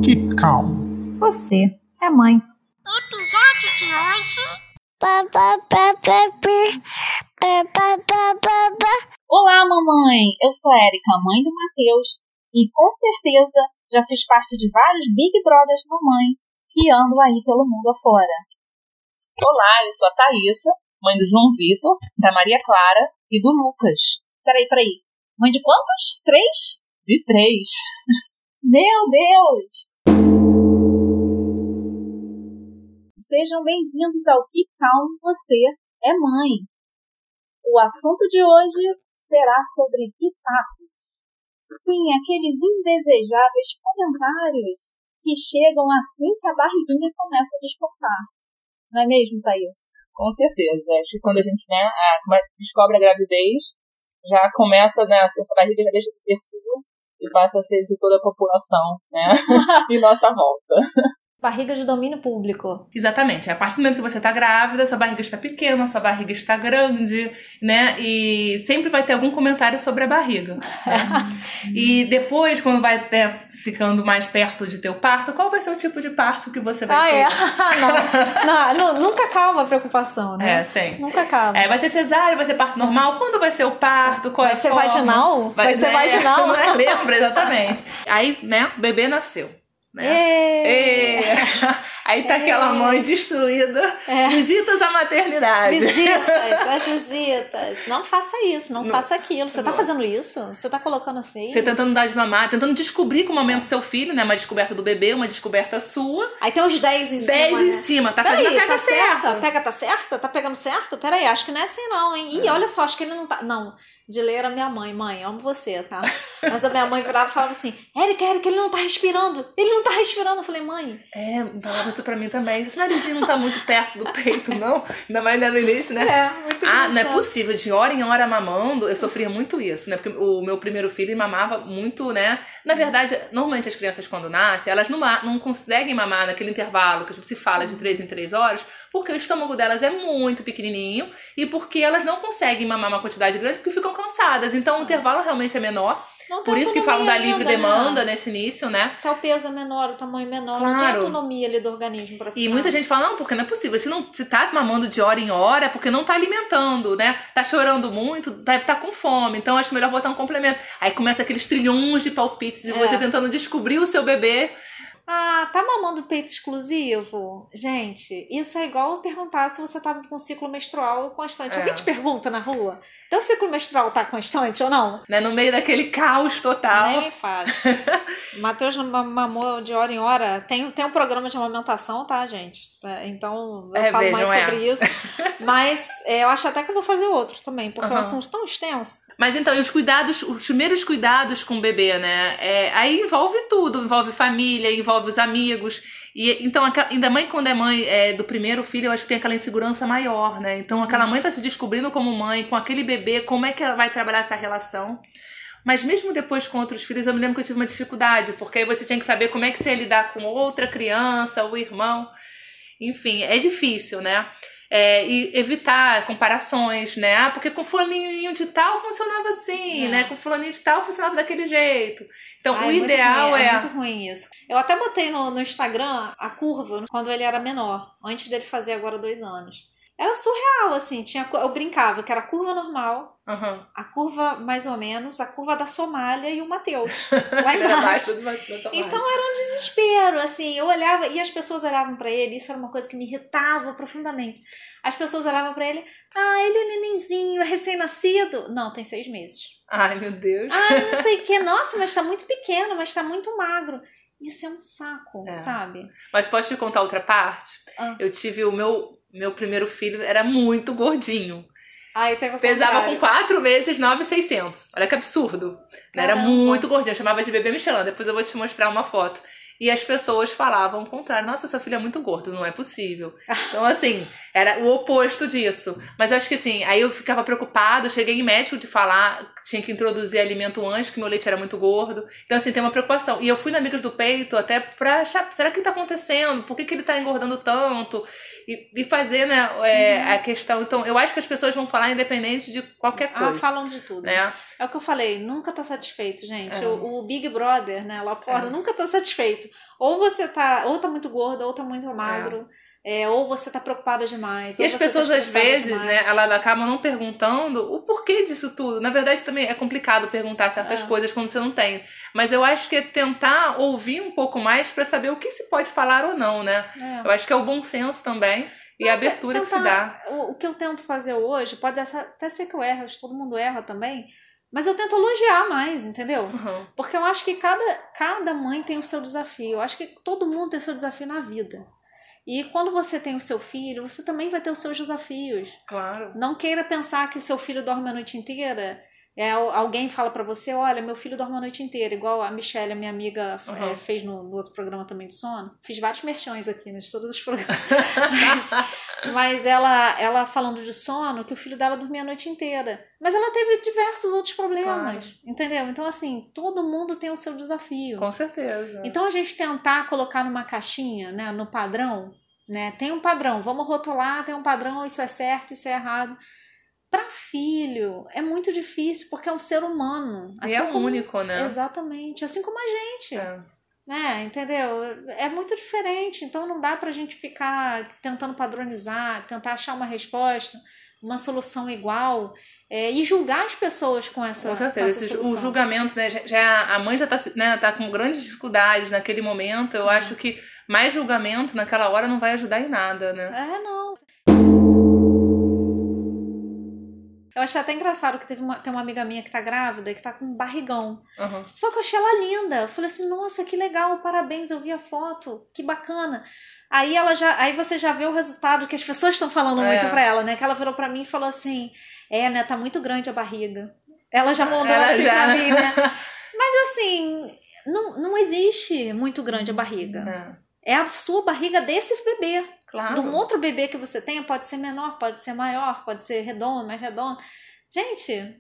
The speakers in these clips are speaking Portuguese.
Keep calm. Você é mãe. Episódio de hoje. Olá, mamãe! Eu sou a Erika, mãe do Matheus, e com certeza já fiz parte de vários Big Brothers mamãe que andam aí pelo mundo afora. Olá, eu sou a Thaísa, mãe do João Vitor, da Maria Clara e do Lucas. Peraí. Mãe de quantos? 3? De 3. Meu Deus! Sejam bem-vindos ao Keep Calm, Você é Mãe. O assunto de hoje será sobre pitacos. Sim, aqueles indesejáveis comentários que chegam assim que a barriguinha começa a despontar. Não é mesmo, Thaís? Com certeza. Acho que quando a gente descobre a gravidez, já começa, né, essa barriga já deixa de ser sua e passa a ser de toda a população, né, em nossa volta. Barriga de domínio público. Exatamente. A partir do momento que você está grávida, sua barriga está pequena, sua barriga está grande, né? E sempre vai ter algum comentário sobre a barriga. Né? E depois, quando vai ficando mais perto de teu parto, qual vai ser o tipo de parto que você vai ter? Não, nunca acaba a preocupação, né? Sim. Nunca acaba. Vai ser cesárea, vai ser parto normal? Quando vai ser o parto? Qual vai ser vaginal? Vai ser vaginal? Lembra, exatamente. Aí, né, o bebê nasceu. Né? Aí tá aquela mãe destruída. Visitas à maternidade. As visitas. Não faça isso, não faça aquilo. Você tá fazendo isso? Você tá colocando assim? Você tentando dar de mamar, tentando descobrir com o momento do seu filho, né? Uma descoberta do bebê, uma descoberta sua. Aí tem uns 10 em cima. 10 em cima. Tá fazendo a pega certa. Pega tá certa? Tá pegando certo? Peraí, acho que não é assim não, hein? Ih, olha só, acho que ele não tá... Não. De ler a minha mãe, amo você, tá? Mas a minha mãe virava e falava assim, Erika, ele não tá respirando. Eu falei, mãe. Falava isso pra mim também. Esse narizinho não tá muito perto do peito, não? Ainda mais no início, né? Muito não é possível. De hora em hora mamando, eu sofria muito isso, né? Porque o meu primeiro filho mamava muito, né? Na verdade, normalmente as crianças quando nascem, elas não conseguem mamar naquele intervalo que a gente se fala de 3 em 3 horas, porque o estômago delas é muito pequenininho e porque elas não conseguem mamar uma quantidade grande porque ficam cansadas. Então o intervalo realmente é menor. Por isso que falam da livre demanda nesse início, né? Tá, o peso é menor, o tamanho é menor, claro. Não tem autonomia ali do organismo pra ficar. E muita gente fala, não, porque não é possível. Se tá mamando de hora em hora, é porque não tá alimentando, né? Tá chorando muito, deve estar com fome. Então acho melhor botar um complemento. Aí começa aqueles trilhões de palpites e você tentando descobrir o seu bebê. Tá mamando peito exclusivo? Gente, isso é igual perguntar se você tá com um ciclo menstrual constante. Alguém te pergunta na rua? Teu ciclo menstrual tá constante ou não? Né? No meio daquele caos total. Nem me faz. Matheus mamou de hora em hora. Tem um programa de amamentação, tá, gente? Então eu falo mais sobre isso. Mas eu acho até que eu vou fazer outro também, porque é um assunto tão extenso. Mas então, os primeiros cuidados com o bebê, né? Aí envolve tudo, envolve família, envolve os amigos. E então, ainda mãe quando é mãe do primeiro filho, eu acho que tem aquela insegurança maior, né? Então aquela mãe tá se descobrindo como mãe, com aquele bebê, como é que ela vai trabalhar essa relação. Mas mesmo depois com outros filhos, eu me lembro que eu tive uma dificuldade, porque aí você tinha que saber como é que você ia lidar com outra criança, o irmão. Enfim, é difícil, né? E evitar comparações, né? Porque com fulaninho de tal funcionava assim, né? Com fulaninho de tal funcionava daquele jeito. Então, o ideal é muito ruim isso. Eu até botei no Instagram a curva quando ele era menor, antes dele fazer agora 2 anos. Era surreal, assim. Eu brincava que era a curva normal, a curva mais ou menos, a curva da Somália e o Matheus. Lá embaixo. Então era um desespero, assim. Eu olhava e as pessoas olhavam pra ele. Isso era uma coisa que me irritava profundamente. As pessoas olhavam pra ele. Ele é nenenzinho, é recém-nascido. Não, tem 6 meses. Ai, meu Deus. Não sei o que. Nossa, mas tá muito pequeno, mas tá muito magro. Isso é um saco, sabe? Mas posso te contar outra parte? Eu tive o meu primeiro filho, era muito gordinho. Pesava com 4 meses 9,600. Olha que absurdo. Era muito gordinho. Eu chamava de bebê Michelin. Depois eu vou te mostrar uma foto. E as pessoas falavam o contrário. Nossa, seu filho é muito gordo, não é possível. Então, assim, era o oposto disso. Mas eu acho que, assim, aí eu ficava preocupada. Eu cheguei em médico de falar que tinha que introduzir alimento antes, que meu leite era muito gordo. Então, assim, tem uma preocupação. E eu fui na Amigas do Peito até pra achar, será que tá acontecendo? Por que ele tá engordando tanto? E fazer, né, a questão. Então, eu acho que as pessoas vão falar independente de qualquer coisa. Falam de tudo. Né? É o que eu falei, nunca tá satisfeito, gente. O Big Brother, né, lá fora, nunca tá satisfeito. Ou você tá muito gordo, ou tá muito magro. Ou você tá preocupada demais. E as pessoas, às vezes, né, elas acabam não perguntando o porquê disso tudo. Na verdade, também é complicado perguntar certas coisas quando você não tem. Mas eu acho que é tentar ouvir um pouco mais pra saber o que se pode falar ou não, né? Eu acho que é o bom senso também e a abertura que se dá. O que eu tento fazer hoje, pode até ser que eu erro, acho que todo mundo erra também, mas eu tento elogiar mais, entendeu? Porque eu acho que cada mãe tem o seu desafio. Eu acho que todo mundo tem o seu desafio na vida. E quando você tem o seu filho, você também vai ter os seus desafios. Claro. Não queira pensar que seu filho dorme a noite inteira. Alguém fala pra você, olha, meu filho dorme a noite inteira, igual a Michelle, a minha amiga, fez no outro programa também de sono. Fiz vários merchões aqui, né, de todos os programas. mas ela falando de sono, que o filho dela dormia a noite inteira. Mas ela teve diversos outros problemas, entendeu? Então, assim, todo mundo tem o seu desafio. Com certeza. Então, a gente tentar colocar numa caixinha, né, no padrão, né, tem um padrão, vamos rotular, tem um padrão, isso é certo, isso é errado. Para filho, é muito difícil, porque é um ser humano. Assim único, né? Exatamente. Assim como a gente. Né? Entendeu? É muito diferente. Então não dá pra gente ficar tentando padronizar, tentar achar uma resposta, uma solução igual. E julgar as pessoas com essa Com certeza. O julgamento, né? A mãe já tá com grandes dificuldades naquele momento. Eu acho que mais julgamento naquela hora não vai ajudar em nada, né? Não. Eu achei até engraçado que tem uma amiga minha que tá grávida e que tá com um barrigão. Só que eu achei ela linda. Eu falei assim, nossa, que legal, parabéns, eu vi a foto, que bacana. Aí você já vê o resultado que as pessoas estão falando muito pra ela, né? Que ela virou pra mim e falou assim, né, tá muito grande a barriga. Ela já mandou assim pra mim, né? Mas assim, não existe muito grande a barriga. É a sua barriga desse bebê. Claro. De um outro bebê que você tenha, pode ser menor, pode ser maior, pode ser redondo, mais redondo. Gente,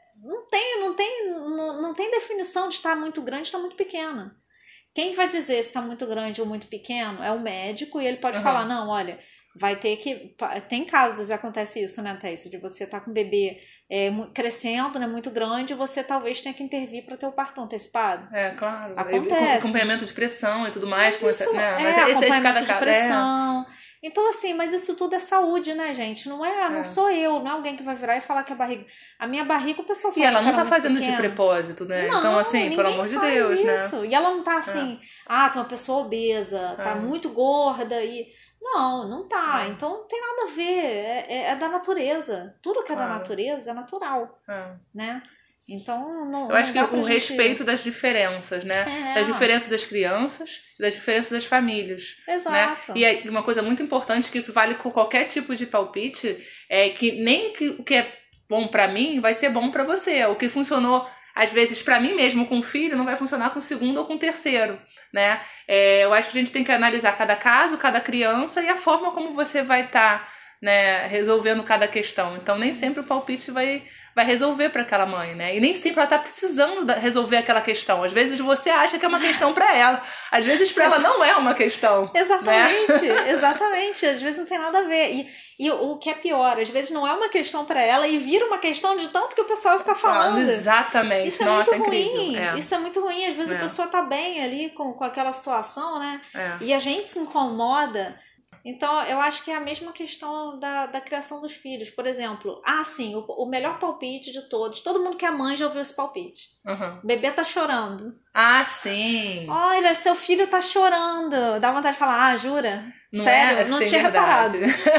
não tem definição de estar muito grande, estar muito pequena. Quem vai dizer se está muito grande ou muito pequeno é o médico, e ele pode falar, não, olha, vai ter que... Tem casos, já acontece isso, né, Thaís? De você estar com o bebê crescendo, né, muito grande, você talvez tenha que intervir para ter o parto antecipado. Claro. Acontece. Acompanhamento de pressão e tudo mais. Mas isso, mas esse é de cada caso. Pressão. Então, assim, mas isso tudo é saúde, né, gente? Não sou eu, não é alguém que vai virar e falar que a barriga... A minha barriga, o pessoal fala. E ela não tá fazendo pequena. De propósito, né? Não, então, assim, pelo amor de Deus, isso. né? E ela não tá assim, tá uma pessoa obesa, tá muito gorda e... Não tá. Então não tem nada a ver. É da natureza. Tudo que é da natureza é natural. Né? Então, eu acho que o respeito das diferenças, né? Das diferenças das crianças e das diferenças das famílias. Exato. Né? E aí, uma coisa muito importante, que isso vale com qualquer tipo de palpite, é que nem o que é bom pra mim vai ser bom pra você. O que funcionou, às vezes, pra mim mesmo com o filho, não vai funcionar com o segundo ou com o terceiro. Né? Eu acho que a gente tem que analisar cada caso, cada criança e a forma como você vai estar né, resolvendo cada questão. Então, nem sempre o palpite vai resolver para aquela mãe, né? E nem sempre ela tá precisando resolver aquela questão. Às vezes você acha que é uma questão para ela. Às vezes para ela não é uma questão. Exatamente, né? Exatamente. Às vezes não tem nada a ver. E o que é pior, às vezes não é uma questão para ela e vira uma questão de tanto que o pessoal fica falando. Exatamente. Isso é Nossa, muito ruim. incrível. Isso é muito ruim. Às vezes a pessoa tá bem ali com aquela situação, né? E a gente se incomoda. Então, eu acho que é a mesma questão da criação dos filhos. Por exemplo, sim, o melhor palpite de todos. Todo mundo que é mãe já ouviu esse palpite. O bebê tá chorando. Sim. Olha, seu filho tá chorando. Dá vontade de falar, jura? Não sério? Não tinha reparado.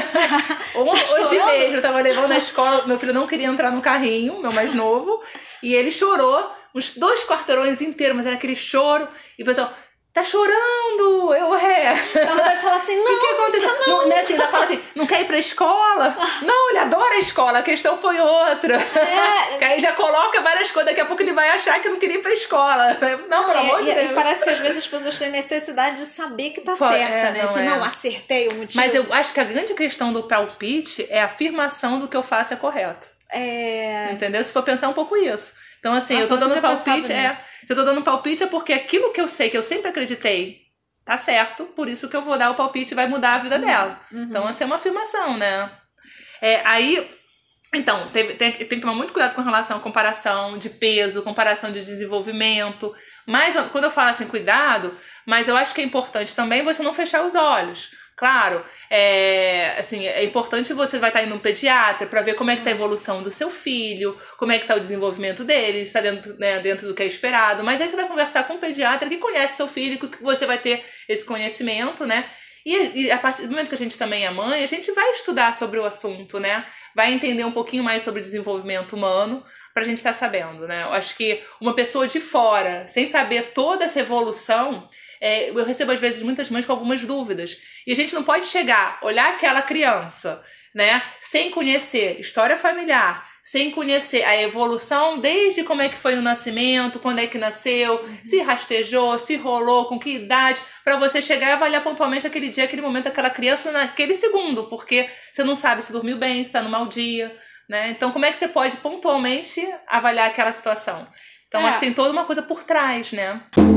Hoje mesmo, eu tava levando na escola, meu filho não queria entrar no carrinho, meu mais novo, e ele chorou uns 2 quarteirões inteiros, mas era aquele choro, e o pessoal... Tá chorando! Dá vontade de falar assim, não, o que aconteceu? Não, né, assim, ela fala assim, não quer ir pra escola? Não, ele adora a escola, a questão foi outra. Que aí já coloca várias coisas, daqui a pouco ele vai achar que eu não queria ir pra escola. Não, pelo amor de Deus. E parece que às vezes as pessoas têm necessidade de saber que tá certa, né? Que não, acertei o motivo. Mas eu acho que a grande questão do palpite é a afirmação do que eu faço é correto. Entendeu? Se for pensar um pouco isso. Então, assim, eu tô dando palpite, se eu tô dando palpite é porque aquilo que eu sei, que eu sempre acreditei, tá certo, por isso que eu vou dar o palpite e vai mudar a vida dela. Então, essa é uma afirmação, né? Aí, Então, tem que tomar muito cuidado com relação à comparação de peso, comparação de desenvolvimento. Mas, quando eu falo assim, cuidado, mas eu acho que é importante também você não fechar os olhos. Claro, é importante você vai estar indo no pediatra para ver como é que tá a evolução do seu filho, como é que tá o desenvolvimento dele, se está dentro do que é esperado. Mas aí você vai conversar com um pediatra que conhece seu filho, que você vai ter esse conhecimento, né? E a partir do momento que a gente também é mãe, a gente vai estudar sobre o assunto, né? Vai entender um pouquinho mais sobre o desenvolvimento humano pra gente estar sabendo, né? Eu acho que uma pessoa de fora, sem saber toda essa evolução, eu recebo às vezes muitas mães com algumas dúvidas. E a gente não pode chegar, olhar aquela criança, né? Sem conhecer história familiar, sem conhecer a evolução desde como é que foi o nascimento, quando é que nasceu, se rastejou, se rolou, com que idade, para você chegar e avaliar pontualmente aquele dia, aquele momento, aquela criança naquele segundo, porque você não sabe se dormiu bem, se está no mau dia, né? Então, como é que você pode pontualmente avaliar aquela situação? Então, acho que tem toda uma coisa por trás, né?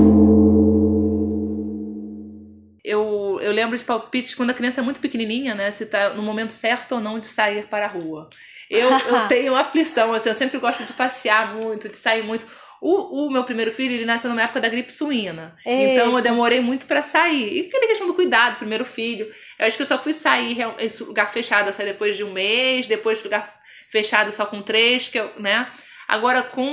Eu lembro de palpites quando a criança é muito pequenininha, né? Se tá no momento certo ou não de sair para a rua. Eu tenho aflição, assim, eu sempre gosto de passear muito, de sair muito. O meu primeiro filho, ele nasceu numa época da gripe suína. Eita. Então eu demorei muito pra sair. E aquela questão do cuidado, primeiro filho. Eu acho que eu só fui sair em lugar fechado, eu saí depois de um mês, depois lugar fechado só com 3, né? Agora com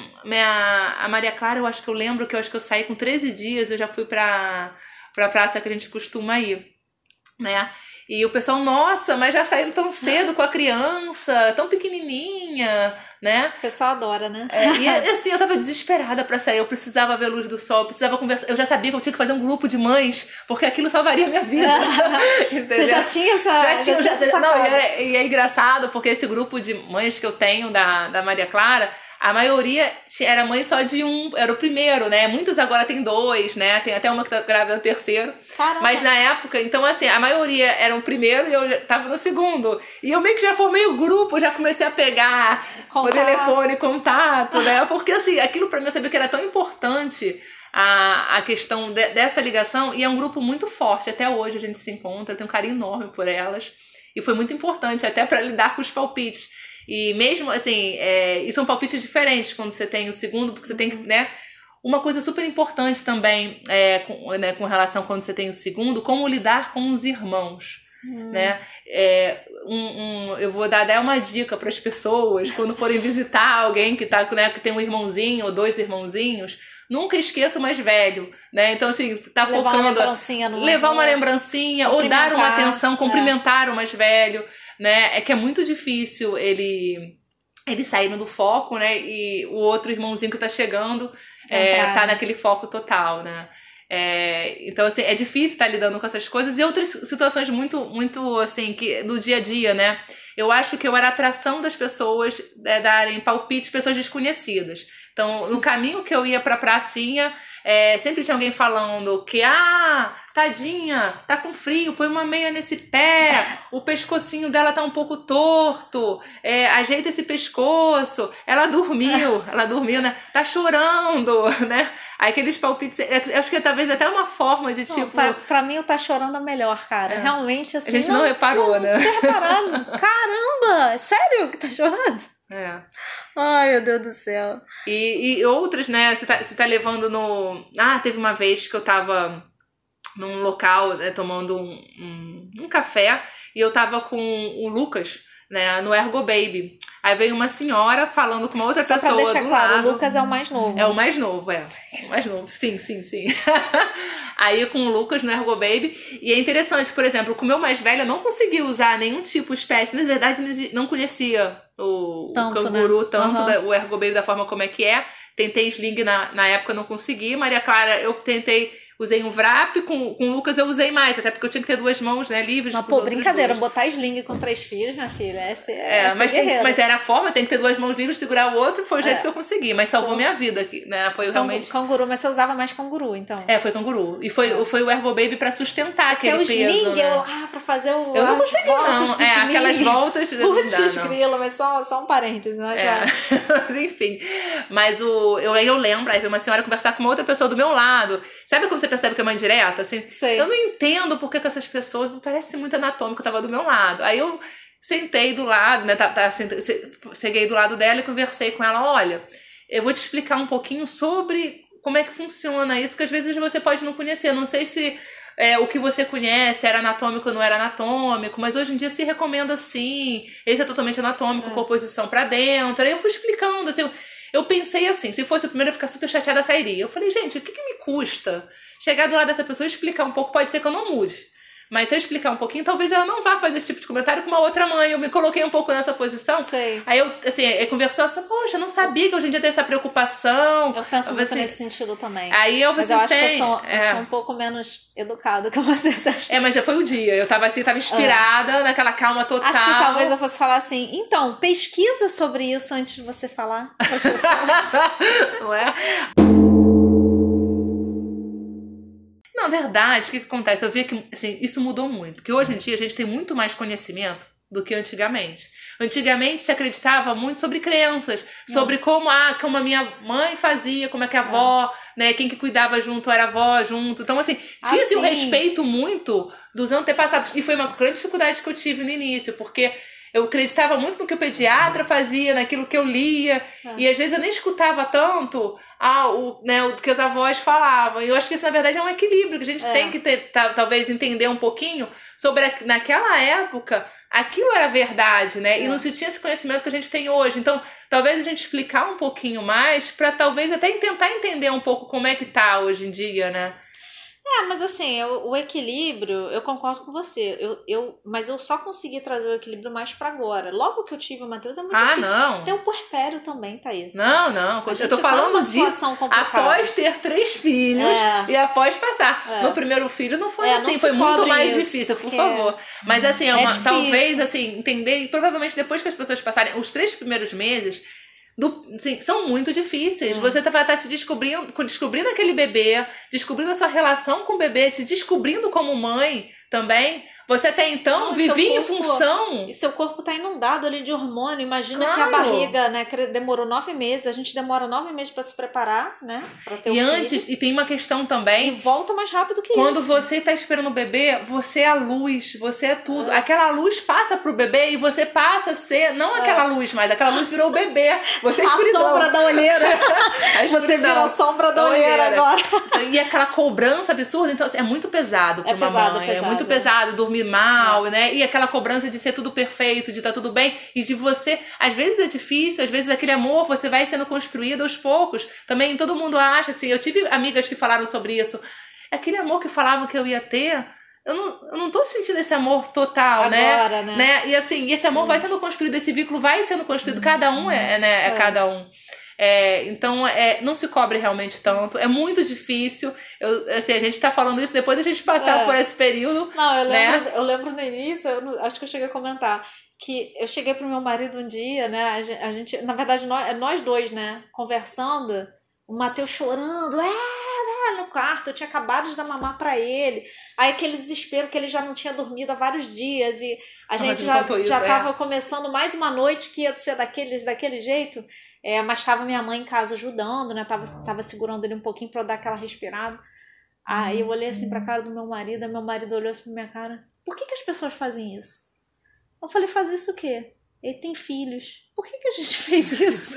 a Maria Clara, eu acho que eu saí com 13 dias, eu já fui pra praça que a gente costuma ir, né? E o pessoal, nossa, mas já saíram tão cedo com a criança, tão pequenininha, né? O pessoal adora, né? E assim, eu tava desesperada pra sair, eu precisava ver a luz do sol, eu precisava conversar, eu já sabia que eu tinha que fazer um grupo de mães, porque aquilo salvaria a minha vida. Você já tinha essa Não, e é engraçado, porque esse grupo de mães que eu tenho da Maria Clara, a maioria era mãe só de um, era o primeiro, né? Muitas agora tem 2, né? Tem até uma que tá grávida no 3º. Caramba. Mas na época, então assim, a maioria era o primeiro e eu tava no 2º. E eu meio que já formei o grupo, já comecei a pegar o telefone, contato, né? Porque assim, aquilo pra mim eu sabia que era tão importante a questão dessa ligação. E é um grupo muito forte, até hoje a gente se encontra, tem um carinho enorme por elas. E foi muito importante até pra lidar com os palpites. E mesmo assim, e são palpites diferentes quando você tem o 2º, porque você tem que, né? Uma coisa super importante também com relação quando você tem o 2º, como lidar com os irmãos, né? Eu vou dar até uma dica para as pessoas quando forem visitar alguém que que tem um irmãozinho ou 2 irmãozinhos. Nunca esqueça o mais velho, né? Então, assim, tá focando levar uma lembrancinha ou dar uma atenção, cumprimentar o mais velho, né? É que é muito difícil ele saindo do foco, né? E o outro irmãozinho que tá chegando tá naquele foco total, né? Então, assim, é difícil estar lidando com essas coisas e outras situações muito, muito, assim, que do dia a dia, né? Eu acho que eu era a atração das pessoas darem palpites, pessoas desconhecidas. Então, no caminho que eu ia pra pracinha, sempre tinha alguém falando que, tadinha, tá com frio, põe uma meia nesse pé, o pescocinho dela tá um pouco torto, ajeita esse pescoço, ela dormiu, né? Tá chorando, né? Aí aqueles palpites, acho que talvez até uma forma de tipo... Pra mim o tá chorando é melhor, cara. Realmente, assim... A gente não reparou, né? Não tinha reparado. Caramba, sério que tá chorando? Ai, meu Deus do céu. E outras, né? Você tá levando no... teve uma vez que eu tava num local, né, tomando um café e eu tava com o Lucas, né, no Ergo Baby. Aí veio uma senhora falando com uma outra pessoa pra deixar do claro, lado. O Lucas é o mais novo. É o mais novo, O mais novo, sim. Aí com o Lucas no Ergo Baby. E é interessante, por exemplo, com o meu mais velho eu não consegui usar nenhum tipo de espécie. Na verdade, não conhecia o canguru, né? O Ergo Baby da forma como é que é. Tentei sling na época, não consegui. Maria Clara, eu tentei... Usei um wrap, com o Lucas eu usei mais, até porque eu tinha que ter 2 mãos, né, livres. Mas, brincadeira, botar sling com 3 filhos, minha filha, mas era a forma, tem que ter 2 mãos livres, segurar o outro, foi o jeito que eu consegui, mas salvou minha vida aqui, né, foi realmente... Canguru, mas você usava mais canguru, então. Foi canguru, e foi o Ergo Baby pra sustentar aquele peso, sling, né? pra fazer o... Eu não consegui, não, aquelas voltas... Putz, grilo, mas só um parênteses, né? Enfim, mas eu lembro, aí veio uma senhora conversar com uma outra pessoa do meu lado, sabe quando você percebe que é uma indireta, assim? Sei. Eu não entendo porque que essas pessoas, me parece muito anatômico, eu tava do meu lado. Aí eu sentei do lado, né? Cheguei do lado dela e conversei com ela. Olha, eu vou te explicar um pouquinho sobre como é que funciona isso, que às vezes você pode não conhecer. Não sei se o que você conhece era anatômico ou não era anatômico, mas hoje em dia se recomenda sim. Esse é totalmente anatômico, com oposição pra dentro. Aí eu fui explicando, assim, eu pensei assim, se fosse o primeiro eu ia ficar super chateada, sairia. Eu falei, gente, o que me custa chegar do lado dessa pessoa e explicar um pouco? Pode ser que eu não mude. Mas se eu explicar um pouquinho, talvez ela não vá fazer esse tipo de comentário com uma outra mãe. Eu me coloquei um pouco nessa posição. Sei. Aí eu, assim, conversou, assim, poxa, eu não sabia que hoje em dia tem essa preocupação. Eu penso muito assim, nesse sentido também. Aí eu, mas assim, eu acho que eu sou um pouco menos educada que vocês acham. Mas foi o dia. Eu tava assim, tava inspirada, naquela calma total. Acho que talvez eu fosse falar assim, então, pesquisa sobre isso antes de você falar. Não é? Na verdade, o que acontece? Eu vi que assim, isso mudou muito. Que hoje em dia a gente tem muito mais conhecimento do que antigamente. Antigamente se acreditava muito sobre crenças, sobre como a minha mãe fazia, como é que a avó, né, quem que cuidava junto era a avó junto. Então, assim, tinha o respeito muito dos antepassados. E foi uma grande dificuldade que eu tive no início, porque eu acreditava muito no que o pediatra fazia, naquilo que eu lia. E às vezes eu nem escutava tanto o que as avós falavam. E eu acho que isso, na verdade, é um equilíbrio, que a gente tem que talvez entender um pouquinho sobre naquela época, aquilo era verdade, né? E não se tinha esse conhecimento que a gente tem hoje. Então, talvez a gente explicar um pouquinho mais pra talvez até tentar entender um pouco como é que tá hoje em dia, né? Mas assim, o equilíbrio, eu concordo com você. Mas eu só consegui trazer o equilíbrio mais pra agora. Logo que eu tive o Matheus, é muito difícil. Não. Tem o puerpério também, Thaís. Não. Eu tô falando disso após ter 3 filhos e após passar. No primeiro filho não foi assim, foi muito mais difícil, por favor. Mas assim, talvez assim, entender, e provavelmente depois que as pessoas passarem os 3 primeiros meses, assim, são muito difíceis. Você vai estar se descobrindo aquele bebê, descobrindo a sua relação com o bebê, se descobrindo como mãe também. Você até então vivia em função. E seu corpo tá inundado ali de hormônio. Imagina que a barriga, né, demorou 9 meses. A gente demora 9 meses pra se preparar, né? Pra ter E tem uma questão também. E volta mais rápido que quando isso. Quando você tá esperando o bebê, você é a luz, você é tudo. Aquela luz passa pro bebê e você passa a ser, não aquela luz mais, aquela luz virou o bebê. Você é escuridão. A sombra da olheira. Você virou a sombra da olheira agora. E aquela cobrança absurda. Então, assim, é muito pesado pra uma mãe. É muito pesado dormir mal, né? E aquela cobrança de ser tudo perfeito, de estar tudo bem, e de você, às vezes é difícil, às vezes aquele amor você vai sendo construído aos poucos. Também todo mundo acha, assim, eu tive amigas que falaram sobre isso. Aquele amor que falavam que eu ia ter, eu não tô sentindo esse amor total, agora, né? E assim, esse amor vai sendo construído, esse vínculo vai sendo construído, cada um cada um. Então, não se cobre realmente tanto. É muito difícil. Assim, a gente tá falando isso depois da gente passar por esse período. Não, eu lembro no início, acho que eu cheguei a comentar, que eu cheguei pro meu marido um dia, né? A gente, na verdade, nós dois, né? Conversando, o Matheus chorando, no quarto, eu tinha acabado de dar mamar pra ele. Aí aquele desespero que ele já não tinha dormido há vários dias e a gente já tava começando mais uma noite que ia ser daquele jeito. Mas tava minha mãe em casa ajudando, né? Tava segurando ele um pouquinho pra eu dar aquela respirada. Aí eu olhei assim pra cara do meu marido olhou assim pra minha cara. Por que as pessoas fazem isso? Eu falei, faz isso o quê? Ele tem filhos. Por que a gente fez isso?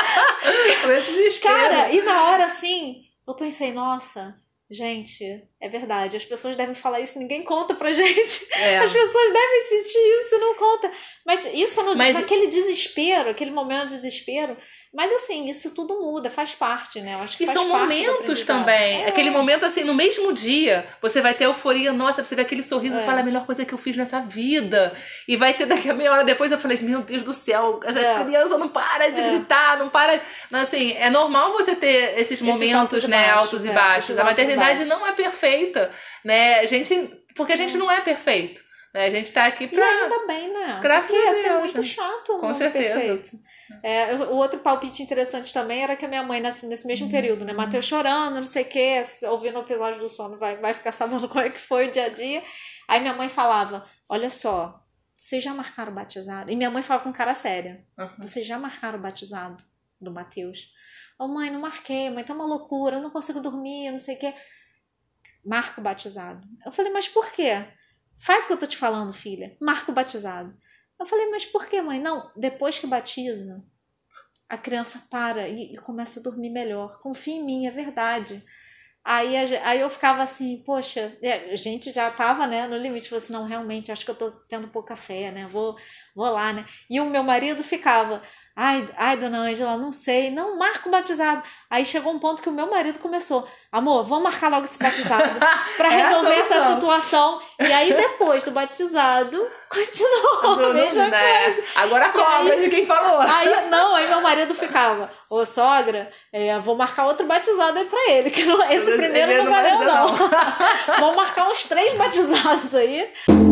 Cara, e na hora assim, eu pensei, nossa, gente, é verdade. As pessoas devem falar isso, ninguém conta pra gente. As pessoas devem sentir isso, não conta. Mas isso não diz aquele desespero, aquele momento de desespero. Mas assim, isso tudo muda, faz parte, né? Eu acho que faz são parte momentos também. Aquele momento assim, no mesmo dia, você vai ter euforia, nossa, você vê aquele sorriso e fala, a melhor coisa que eu fiz nessa vida. E vai ter daqui a meia hora depois, eu falei, meu Deus do céu, essa criança não para de gritar, não para. Não, assim, é normal você ter esses momentos, né, altos e baixos. A maternidade não é perfeita, né? Porque a gente não é perfeito. A gente tá aqui pra... E ainda bem, né? Graças Porque a Deus. ia ser muito chato. Com certeza. Perfeito. O outro palpite interessante também era que a minha mãe, nesse mesmo período, né? Matheus chorando, não sei o quê, ouvindo o episódio do sono, vai ficar sabendo como é que foi o dia a dia. Aí minha mãe falava, olha só, vocês já marcaram o batizado? E minha mãe falava com cara séria. Vocês já marcaram o batizado do Matheus? Mãe, não marquei, mãe, tá uma loucura, eu não consigo dormir, não sei o quê. Marca o batizado. Eu falei, mas por quê? Faz o que eu tô te falando, filha. Marca o batizado. Eu falei, mas por que, mãe? Não, depois que batiza, a criança para e começa a dormir melhor. Confia em mim, é verdade. Aí eu ficava assim, poxa, a gente já tava, né, no limite. Falei assim, não, realmente, acho que eu tô tendo pouca fé, né, vou lá, né. E o meu marido ficava, ai, dona Ângela, não sei, não, marca o batizado. Aí chegou um ponto que o meu marido começou, amor, vamos marcar logo esse batizado pra resolver essa situação. E aí depois do batizado, continuou a mesma coisa. Agora cobra de quem falou. Aí meu marido ficava, ô sogra, vou marcar outro batizado aí pra ele, que esse primeiro não valeu não. Vamos marcar uns 3 batizados aí.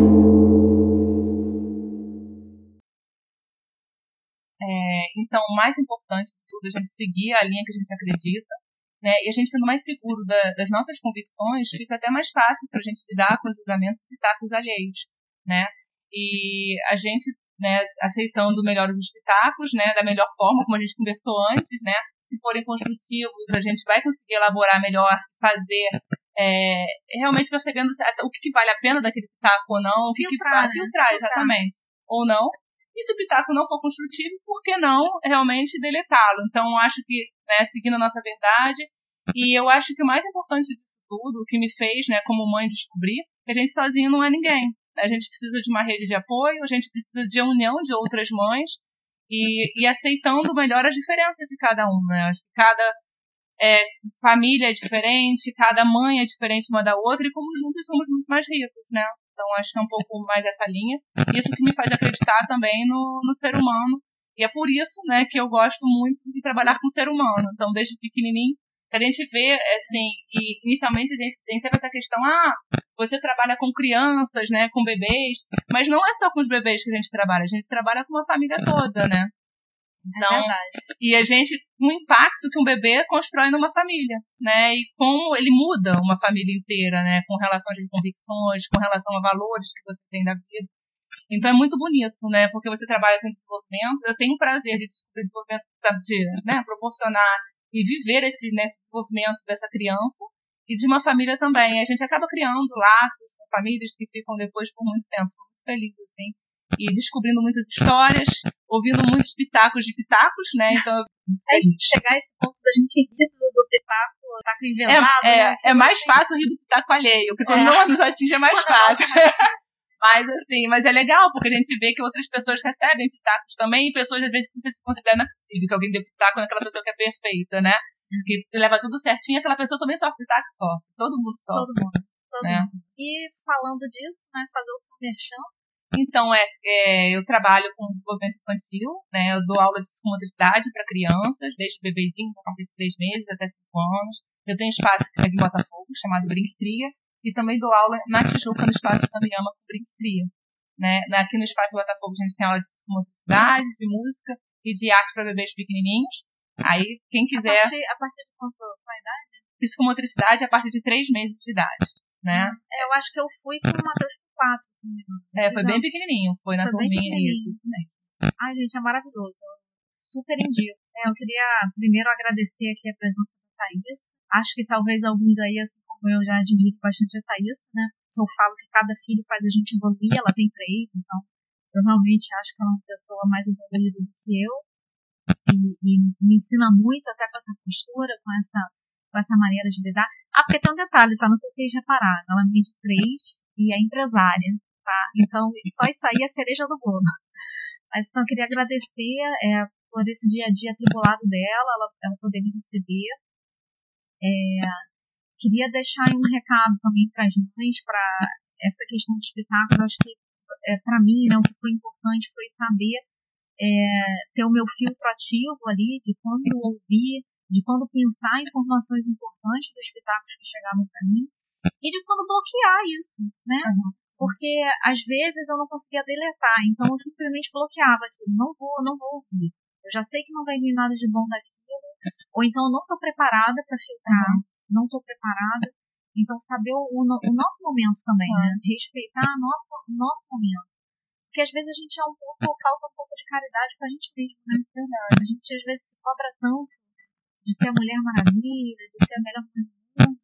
Então, o mais importante de tudo é a gente seguir a linha que a gente acredita, né? E a gente estando mais seguro das nossas convicções, fica até mais fácil para a gente lidar com os julgamentos e pitacos alheios, né? E a gente, né, aceitando melhor os pitacos, né, da melhor forma, como a gente conversou antes, né? Se forem construtivos, a gente vai conseguir elaborar melhor, fazer, realmente percebendo o que vale a pena daquele pitaco ou não, filtrar, exatamente, ou não. E se o pitaco não for construtivo, por que não realmente deletá-lo? Então, eu acho que, né, seguindo a nossa verdade, e eu acho que o mais importante disso tudo, o que me fez, né, como mãe, descobrir, que a gente sozinho não é ninguém. A gente precisa de uma rede de apoio, a gente precisa de união de outras mães, e aceitando melhor as diferenças de cada um, né? Acho que cada família é diferente, cada mãe é diferente uma da outra, e como juntos somos muito mais ricos, né? Então, acho que é um pouco mais essa linha. Isso que me faz acreditar também no ser humano. E é por isso, né, que eu gosto muito de trabalhar com o ser humano. Então, desde pequenininho, a gente vê, assim, e inicialmente a gente tem sempre essa questão, você trabalha com crianças, né, com bebês, mas não é só com os bebês que a gente trabalha com a família toda, né? Então, é verdade. E a gente, o impacto que um bebê constrói numa família, né? E como ele muda uma família inteira, né? Com relação às convicções, com relação a valores que você tem da vida. Então é muito bonito, né? Porque você trabalha com desenvolvimento. Eu tenho o prazer de desenvolvimento, né? Proporcionar e viver esse desenvolvimento dessa criança e de uma família também. A gente acaba criando laços com famílias que ficam depois por muito tempo. Sou muito feliz, assim. E descobrindo muitas histórias, ouvindo muitos pitacos de pitacos, né? Então, a gente chegar a esse ponto da gente rir do pitaco inventado. É mais fácil rir do pitaco alheio, porque quando não nos atinge é mais fácil. Mas é legal, porque a gente vê que outras pessoas recebem pitacos também, e pessoas, às vezes, que você se considera, não é possível que alguém dê pitaco naquela pessoa que é perfeita, né? Que leva tudo certinho, aquela pessoa também sofre pitaco, sofre. Todo mundo sofre. Todo mundo. E falando disso, né, fazer o seu merchan. Então, eu trabalho com desenvolvimento infantil, né? Eu dou aula de psicomotricidade para crianças, desde bebezinhos a partir de 3 meses até 5 anos. Eu tenho espaço aqui em Botafogo, chamado Brinque Cria, e também dou aula na Tijuca, no espaço Samiyama com Brinque Cria. Né? Aqui no espaço Botafogo a gente tem aula de psicomotricidade, de música e de arte para bebês pequenininhos. Aí, quem quiser... A partir de qual idade? Psicomotricidade a partir de 3 meses de idade. Né? Eu acho que eu fui com o Matheus com 4, se não me engano. Foi bem pequenininho, foi na turminha, isso mesmo. Ai, gente, é maravilhoso. Eu super indico. Eu queria primeiro agradecer aqui a presença da Thaís. Acho que talvez alguns aí, assim como eu, já admiro bastante a Thaís, né? Que eu falo que cada filho faz a gente evoluir, ela tem 3, então eu realmente acho que ela é uma pessoa mais evoluída do que eu. E me ensina muito até com essa postura, com essa maneira de lidar. Porque tem um detalhe, tá? Não sei se vocês repararam. Ela é mãe de 3 e é empresária, tá? Então, só isso aí é a cereja do bolo. Mas, então, eu queria agradecer por esse dia a dia atribulado dela, ela poder me receber. Queria deixar aí um recado também para as mães, para essa questão dos espetáculos. Acho que, para mim, né, o que foi importante foi saber ter o meu filtro ativo ali, de quando ouvir, de quando pensar informações importantes dos espetáculos que chegavam para mim e de quando bloquear isso, né? Porque às vezes eu não conseguia deletar, então eu simplesmente bloqueava aquilo, não vou ouvir. Eu já sei que não vai vir nada de bom daquilo, ou então eu não estou preparada para filtrar, não estou preparada. Então saber o nosso momento também, né? Respeitar o nosso momento. Porque às vezes a gente falta um pouco de caridade com a gente mesmo, né? A gente às vezes se cobra tanto de ser a Mulher Maravilha, de ser a melhor mulher do mundo,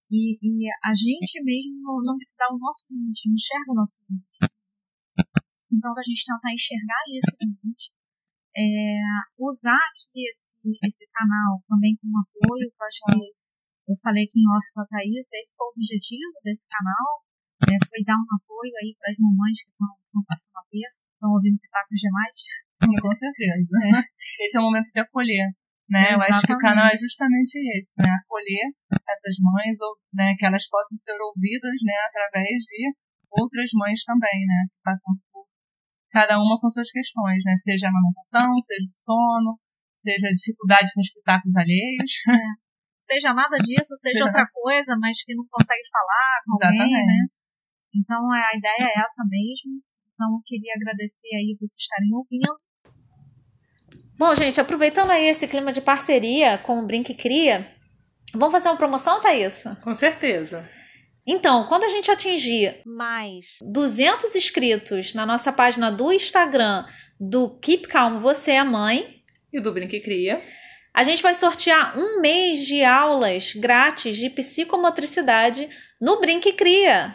e a gente mesmo não se dá o nosso limite, não enxerga o nosso limite. Então, a gente tentar enxergar isso realmente. Usar aqui esse canal também como apoio, que eu acho que eu falei aqui em off com a Thaís, esse foi o objetivo desse canal, foi dar um apoio aí para as mamães que estão passando a ter, estão ouvindo pitacos demais. Com certeza. Esse é o momento de acolher, né? Eu acho que o canal é justamente esse, né? Acolher essas mães, ou, né, que elas possam ser ouvidas, né, através de outras mães também, né? Passando por cada uma com suas questões, né? Seja a amamentação, seja o sono, seja a dificuldade com os pitacos alheios. Seja nada disso, seja outra coisa, mas que não consegue falar com alguém, né? Então, a ideia é essa mesmo. Então, eu queria agradecer aí por vocês estarem ouvindo. Bom, gente, aproveitando aí esse clima de parceria com o Brinque Cria, vamos fazer uma promoção, Thaís? Com certeza. Então, quando a gente atingir mais 200 inscritos na nossa página do Instagram do Keep Calm Você é Mãe e do Brinque Cria, a gente vai sortear 1 mês de aulas grátis de psicomotricidade no Brinque Cria.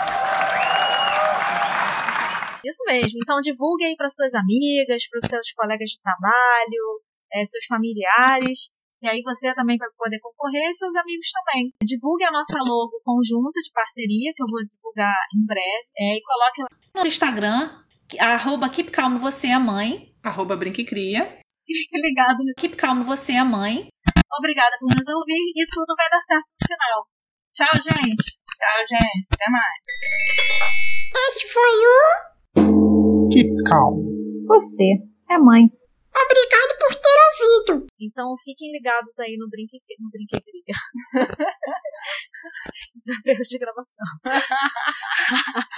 Isso mesmo. Então, divulgue aí para suas amigas, para os seus colegas de trabalho, seus familiares. E aí você também vai poder concorrer e seus amigos também. Divulgue a nossa logo conjunta de parceria, que eu vou divulgar em breve. E coloque lá no Instagram, @Keep Calm Você é Mãe. @Brinque Cria. Fique ligado no Keep Calm Você é Mãe. Obrigada por nos ouvir e tudo vai dar certo no final. Tchau, gente. Tchau, gente. Até mais. Este foi o Keep Calm. Você é mãe. Obrigado por ter ouvido. Então fiquem ligados aí no Brinque Cria. Isso é erro de gravação.